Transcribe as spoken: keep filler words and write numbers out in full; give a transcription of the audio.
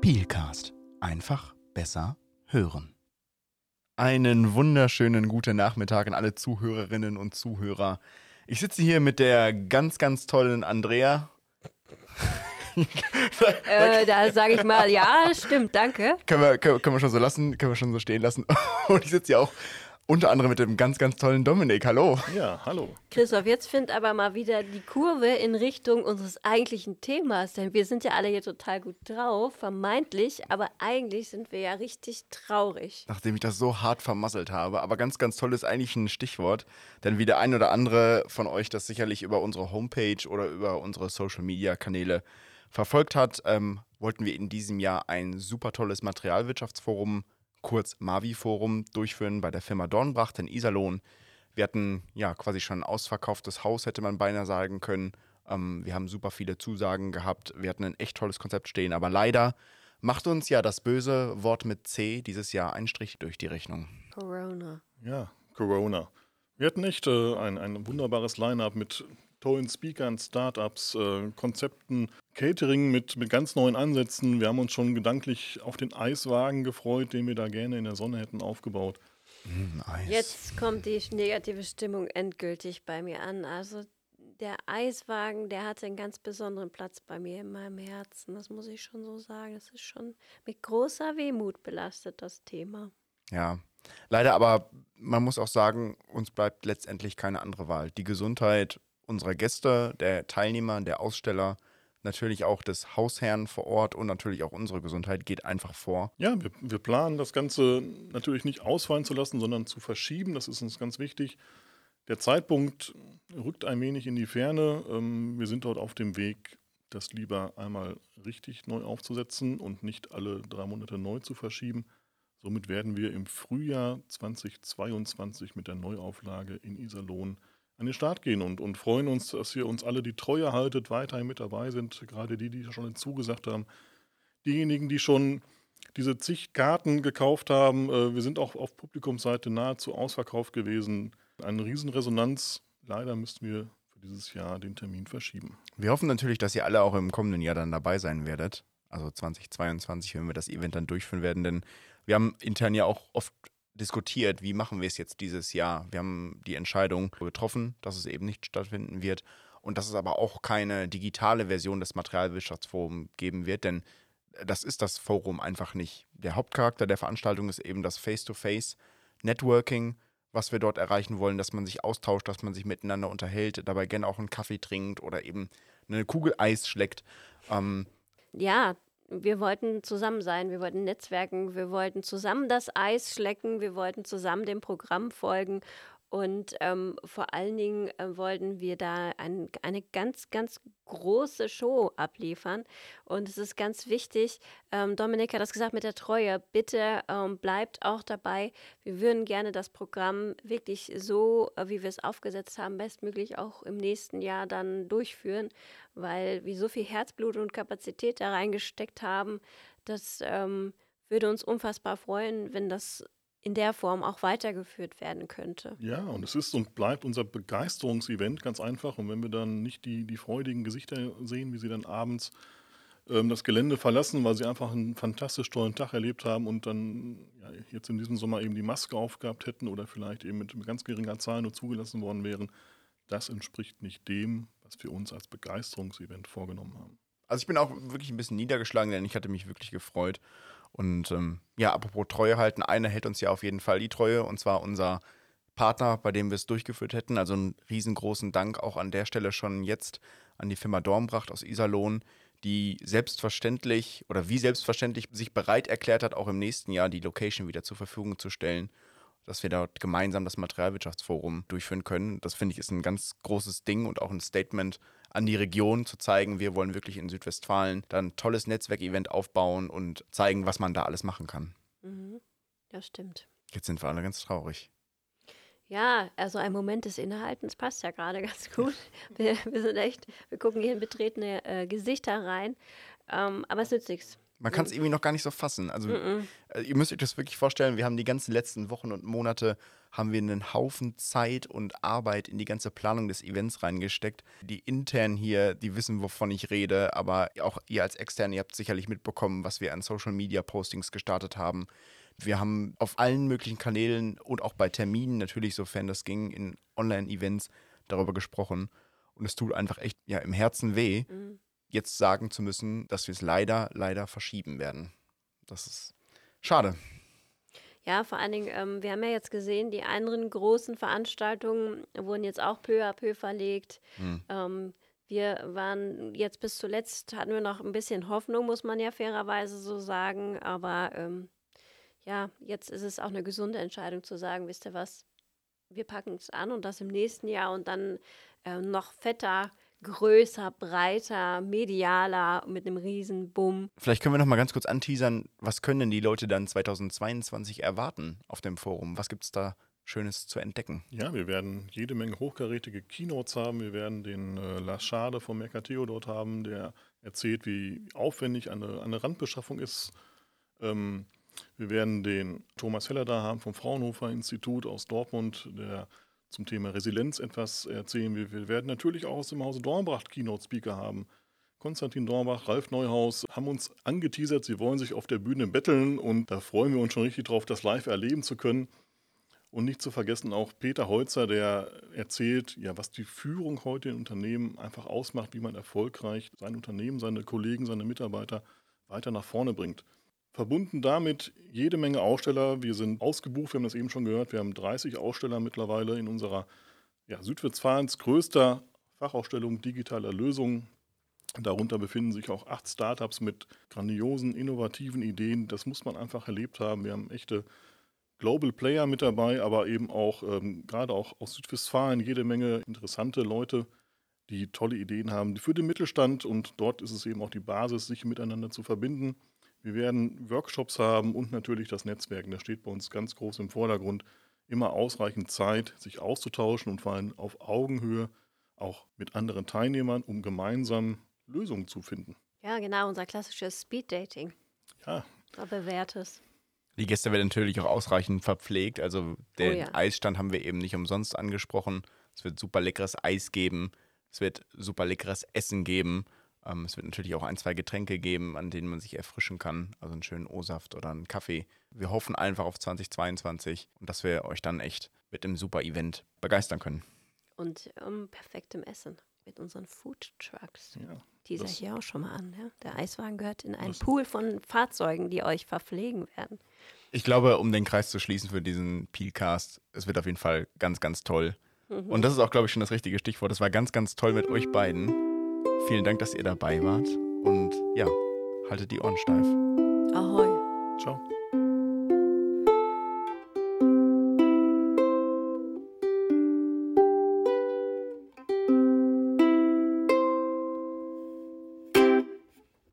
Spielcast. Einfach besser hören. Einen wunderschönen guten Nachmittag an alle Zuhörerinnen und Zuhörer. Ich sitze hier mit der ganz, ganz tollen Andrea. äh, da sage ich mal, ja, stimmt, danke. Können wir, können, können wir schon so lassen, können wir schon so stehen lassen. Und ich sitze hier auch unter anderem mit dem ganz, ganz tollen Dominik. Hallo. Ja, hallo. Christoph, jetzt find aber mal wieder die Kurve in Richtung unseres eigentlichen Themas, denn wir sind ja alle hier total gut drauf, vermeintlich, aber eigentlich sind wir ja richtig traurig. Nachdem ich das so hart vermasselt habe, aber ganz, ganz toll ist eigentlich ein Stichwort, denn wie der ein oder andere von euch das sicherlich über unsere Homepage oder über unsere Social-Media-Kanäle verfolgt hat, ähm, wollten wir in diesem Jahr ein super tolles Materialwirtschaftsforum, kurz Mavi-Forum, durchführen bei der Firma Dornbracht in Iserlohn. Wir hatten ja quasi schon ein ausverkauftes Haus, hätte man beinahe sagen können. Ähm, wir haben super viele Zusagen gehabt. Wir hatten ein echt tolles Konzept stehen. Aber leider macht uns ja das böse Wort mit C dieses Jahr einen Strich durch die Rechnung. Corona. Ja, Corona. Wir hatten echt äh, ein, ein wunderbares Line-Up mit tollen Speakern, Startups, äh, Konzepten, Catering mit, mit ganz neuen Ansätzen. Wir haben uns schon gedanklich auf den Eiswagen gefreut, den wir da gerne in der Sonne hätten aufgebaut. Mm, Eis. Jetzt kommt die negative Stimmung endgültig bei mir an. Also der Eiswagen, der hatte einen ganz besonderen Platz bei mir in meinem Herzen. Das muss ich schon so sagen. Das ist schon mit großer Wehmut belastet, das Thema. Ja, leider, aber man muss auch sagen, uns bleibt letztendlich keine andere Wahl. Die Gesundheit unserer Gäste, der Teilnehmer, der Aussteller, natürlich auch des Hausherrn vor Ort und natürlich auch unsere Gesundheit geht einfach vor. Ja, wir, wir planen das Ganze natürlich nicht ausfallen zu lassen, sondern zu verschieben. Das ist uns ganz wichtig. Der Zeitpunkt rückt ein wenig in die Ferne. Ähm, wir sind dort auf dem Weg, das lieber einmal richtig neu aufzusetzen und nicht alle drei Monate neu zu verschieben. Somit werden wir im Frühjahr zweitausendzweiundzwanzig mit der Neuauflage in Iserlohn an den Start gehen und, und freuen uns, dass ihr uns alle die Treue haltet, weiterhin mit dabei sind, gerade die, die schon zugesagt haben, diejenigen, die schon diese zig Karten gekauft haben. Äh, wir sind auch auf Publikumsseite nahezu ausverkauft gewesen. Eine Riesenresonanz. Leider müssten wir für dieses Jahr den Termin verschieben. Wir hoffen natürlich, dass ihr alle auch im kommenden Jahr dann dabei sein werdet, also zweitausendzweiundzwanzig, wenn wir das Event dann durchführen werden, denn wir haben intern ja auch oft diskutiert, wie machen wir es jetzt dieses Jahr. Wir haben die Entscheidung getroffen, dass es eben nicht stattfinden wird und dass es aber auch keine digitale Version des Materialwirtschaftsforums geben wird, denn das ist das Forum einfach nicht. Der Hauptcharakter der Veranstaltung ist eben das Face-to-Face-Networking, was wir dort erreichen wollen, dass man sich austauscht, dass man sich miteinander unterhält, dabei gerne auch einen Kaffee trinkt oder eben eine Kugel Eis schlägt. Ähm, Ja, wir wollten zusammen sein, wir wollten netzwerken, wir wollten zusammen das Eis schlecken, wir wollten zusammen dem Programm folgen und ähm, vor allen Dingen äh, wollten wir da ein, eine ganz, ganz große Show abliefern. Und es ist ganz wichtig, ähm, Dominik hat das gesagt mit der Treue, bitte ähm, bleibt auch dabei. Wir würden gerne das Programm wirklich so, äh, wie wir es aufgesetzt haben, bestmöglich auch im nächsten Jahr dann durchführen, weil wir so viel Herzblut und Kapazität da reingesteckt haben, das ähm, würde uns unfassbar freuen, wenn das in der Form auch weitergeführt werden könnte. Ja, und es ist und bleibt unser Begeisterungsevent ganz einfach. Und wenn wir dann nicht die, die freudigen Gesichter sehen, wie sie dann abends ähm, das Gelände verlassen, weil sie einfach einen fantastisch tollen Tag erlebt haben und dann ja, jetzt in diesem Sommer eben die Maske aufgehabt hätten oder vielleicht eben mit, mit ganz geringer Zahl nur zugelassen worden wären, das entspricht nicht dem, was wir uns als Begeisterungsevent vorgenommen haben. Also ich bin auch wirklich ein bisschen niedergeschlagen, denn ich hatte mich wirklich gefreut. Und ähm, ja, apropos Treue halten, einer hält uns ja auf jeden Fall die Treue, und zwar unser Partner, bei dem wir es durchgeführt hätten. Also einen riesengroßen Dank auch an der Stelle schon jetzt an die Firma Dornbracht aus Iserlohn, die selbstverständlich oder wie selbstverständlich sich bereit erklärt hat, auch im nächsten Jahr die Location wieder zur Verfügung zu stellen, dass wir dort gemeinsam das Materialwirtschaftsforum durchführen können. Das finde ich ist ein ganz großes Ding und auch ein Statement an die Region, zu zeigen, wir wollen wirklich in Südwestfalen dann ein tolles Netzwerkevent aufbauen und zeigen, was man da alles machen kann. Mhm, das stimmt. Jetzt sind wir alle ganz traurig. Ja, also ein Moment des Innehaltens passt ja gerade ganz gut. Wir, wir sind echt, wir gucken hier in betretene äh, Gesichter rein. Ähm, aber es nützt nichts. Man kann es irgendwie noch gar nicht so fassen. Also Mm-mm. äh, ihr müsst euch das wirklich vorstellen, wir haben die ganzen letzten Wochen und Monate, haben wir einen Haufen Zeit und Arbeit in die ganze Planung des Events reingesteckt. Die intern hier, die wissen, wovon ich rede, aber auch ihr als Externe, ihr habt sicherlich mitbekommen, was wir an Social-Media-Postings gestartet haben. Wir haben auf allen möglichen Kanälen und auch bei Terminen natürlich, sofern das ging, in Online-Events darüber gesprochen. Und es tut einfach echt ja, im Herzen weh, Mhm. jetzt sagen zu müssen, dass wir es leider, leider verschieben werden. Das ist schade. Ja, vor allen Dingen, ähm, wir haben ja jetzt gesehen, die anderen großen Veranstaltungen wurden jetzt auch peu à peu verlegt. Hm. Ähm, wir waren jetzt bis zuletzt, hatten wir noch ein bisschen Hoffnung, muss man ja fairerweise so sagen. Aber ähm, ja, jetzt ist es auch eine gesunde Entscheidung zu sagen, wisst ihr was, wir packen es an und das im nächsten Jahr und dann äh, noch fetter, größer, breiter, medialer, mit einem riesen Bumm. Vielleicht können wir noch mal ganz kurz anteasern, was können denn die Leute dann zweitausendzweiundzwanzig erwarten auf dem Forum? Was gibt es da Schönes zu entdecken? Ja, wir werden jede Menge hochkarätige Keynotes haben. Wir werden den äh, Lars Schade vom Mercateo dort haben, der erzählt, wie aufwendig eine, eine Randbeschaffung ist. Ähm, wir werden den Thomas Heller da haben vom Fraunhofer Institut aus Dortmund, der zum Thema Resilienz etwas erzählen. Wir, wir werden natürlich auch aus dem Hause Dornbach Keynote-Speaker haben. Konstantin Dornbach, Ralf Neuhaus haben uns angeteasert, sie wollen sich auf der Bühne betteln und da freuen wir uns schon richtig drauf, das live erleben zu können. Und nicht zu vergessen auch Peter Holzer, der erzählt, ja, was die Führung heute in Unternehmen einfach ausmacht, wie man erfolgreich sein Unternehmen, seine Kollegen, seine Mitarbeiter weiter nach vorne bringt. Verbunden damit jede Menge Aussteller. Wir sind ausgebucht, wir haben das eben schon gehört. Wir haben dreißig Aussteller mittlerweile in unserer ja, Südwestfalens größter Fachausstellung digitaler Lösungen. Darunter befinden sich auch acht Startups mit grandiosen, innovativen Ideen. Das muss man einfach erlebt haben. Wir haben echte Global Player mit dabei, aber eben auch, ähm, gerade auch aus Südwestfalen, jede Menge interessante Leute, die tolle Ideen haben für den Mittelstand. Und dort ist es eben auch die Basis, sich miteinander zu verbinden. Wir werden Workshops haben und natürlich das Netzwerken. Das steht bei uns ganz groß im Vordergrund. Immer ausreichend Zeit, sich auszutauschen und vor allem auf Augenhöhe auch mit anderen Teilnehmern, um gemeinsam Lösungen zu finden. Ja, genau, unser klassisches Speed-Dating. Ja, So bewährtes. Die Gäste werden natürlich auch ausreichend verpflegt. Also den Oh ja. Eisstand haben wir eben nicht umsonst angesprochen. Es wird super leckeres Eis geben. Es wird super leckeres Essen geben. Ähm, es wird natürlich auch ein, zwei Getränke geben, an denen man sich erfrischen kann. Also einen schönen O-Saft oder einen Kaffee. Wir hoffen einfach auf zweitausendzweiundzwanzig und dass wir euch dann echt mit einem super Event begeistern können. Und um, perfektem Essen mit unseren Food Trucks. ja. Teaser Das- hier auch schon mal an. Ja? Der Eiswagen gehört in einen Das- Pool von Fahrzeugen, die euch verpflegen werden. Ich glaube, um den Kreis zu schließen für diesen Peelcast, es wird auf jeden Fall ganz, ganz toll. Mhm. Und das ist auch, glaube ich, schon das richtige Stichwort. Es war ganz, ganz toll mit euch beiden. Vielen Dank, dass ihr dabei wart. Und ja, haltet die Ohren steif. Ahoi. Ciao.